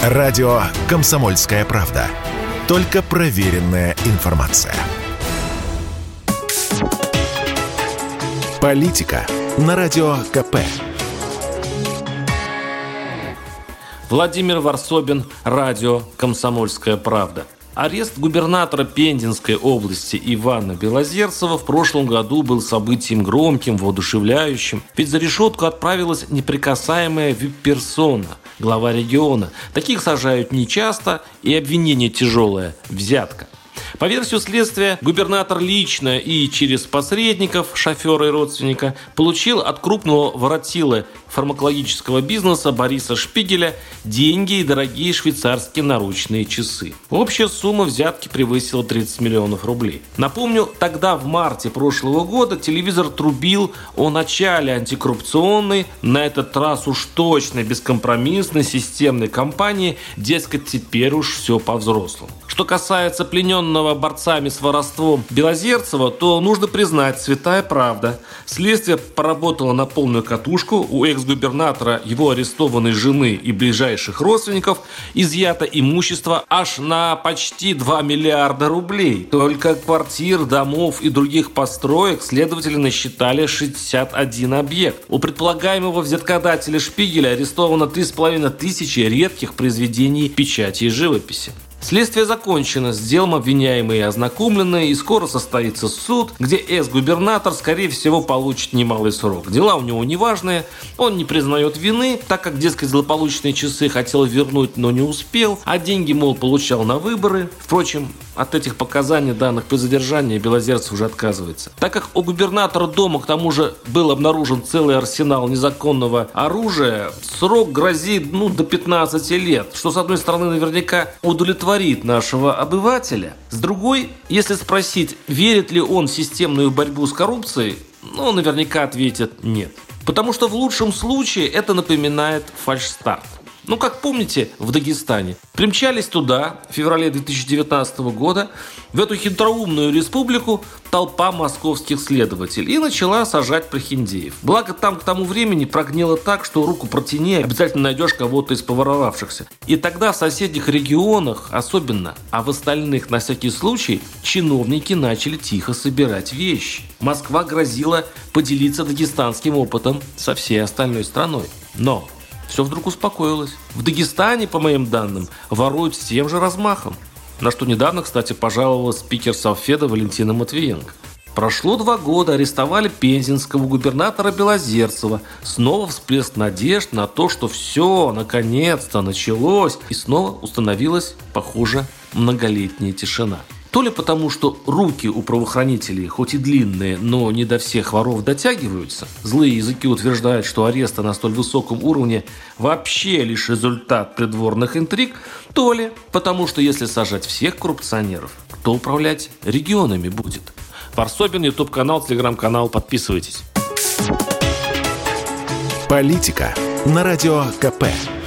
Радио «Комсомольская правда». Только проверенная информация. Политика на Радио КП. Владимир Варсобин, радио «Комсомольская правда». Арест губернатора Пензенской области Ивана Белозерцева в прошлом году был событием громким, воодушевляющим. Ведь за решетку отправилась неприкасаемая вип-персона, глава региона. Таких сажают нечасто, и обвинение тяжелое – взятка. По версии следствия, губернатор лично и через посредников, шофера и родственника, получил от крупного воротилы фармакологического бизнеса Бориса Шпигеля деньги и дорогие швейцарские наручные часы. Общая сумма взятки превысила 30 миллионов рублей. Напомню, тогда в марте прошлого года телевизор трубил о начале антикоррупционной, на этот раз уж точно бескомпромиссной системной кампании, дескать, теперь уж все по-взрослому. Что касается плененного борцами с воровством Белозерцева, то нужно признать, святая правда. Следствие поработало на полную катушку. У экс-губернатора, его арестованной жены и ближайших родственников изъято имущество аж на почти 2 миллиарда рублей. Только квартир, домов и других построек следователи насчитали 61 объект. У предполагаемого взяткодателя Шпигеля арестовано 3500 редких произведений печати и живописи. Следствие закончено, с делом обвиняемые ознакомлены, и скоро состоится суд, где экс-губернатор, скорее всего, получит немалый срок. Дела у него неважные, он не признает вины, так как, дескать, злополучные часы хотел вернуть, но не успел, а деньги, мол, получал на выборы. Впрочем, от этих показаний, данных при задержании, Белозерцев уже отказывается. Так как у губернатора дома, к тому же, был обнаружен целый арсенал незаконного оружия, срок грозит, до 15 лет, что, с одной стороны, наверняка удовлетворяет нашего обывателя. С другой, если спросить, верит ли он в системную борьбу с коррупцией, наверняка ответит нет. Потому что в лучшем случае это напоминает фальшстарт. Как помните, в Дагестане. Примчались туда в феврале 2019 года, в эту хитроумную республику, толпа московских следователей и начала сажать прохиндеев. Благо там к тому времени прогнило так, что руку протяни, обязательно найдешь кого-то из поворовавшихся. И тогда в соседних регионах особенно, а в остальных на всякий случай, чиновники начали тихо собирать вещи. Москва грозила поделиться дагестанским опытом со всей остальной страной. Но все вдруг успокоилось. В Дагестане, по моим данным, воруют с тем же размахом. На что недавно, кстати, пожаловала спикер Совфеда Валентина Матвиенко. Прошло 2 года, арестовали пензенского губернатора Белозерцева. Снова всплеск надежд на то, что все, наконец-то, началось. И снова установилась, похоже, многолетняя тишина. То ли потому, что руки у правоохранителей хоть и длинные, но не до всех воров дотягиваются. Злые языки утверждают, что аресты на столь высоком уровне вообще лишь результат придворных интриг. То ли потому, что если сажать всех коррупционеров, кто управлять регионами будет. Варсобин, YouTube-канал, Telegram-канал. Подписывайтесь. Политика на Радио КП.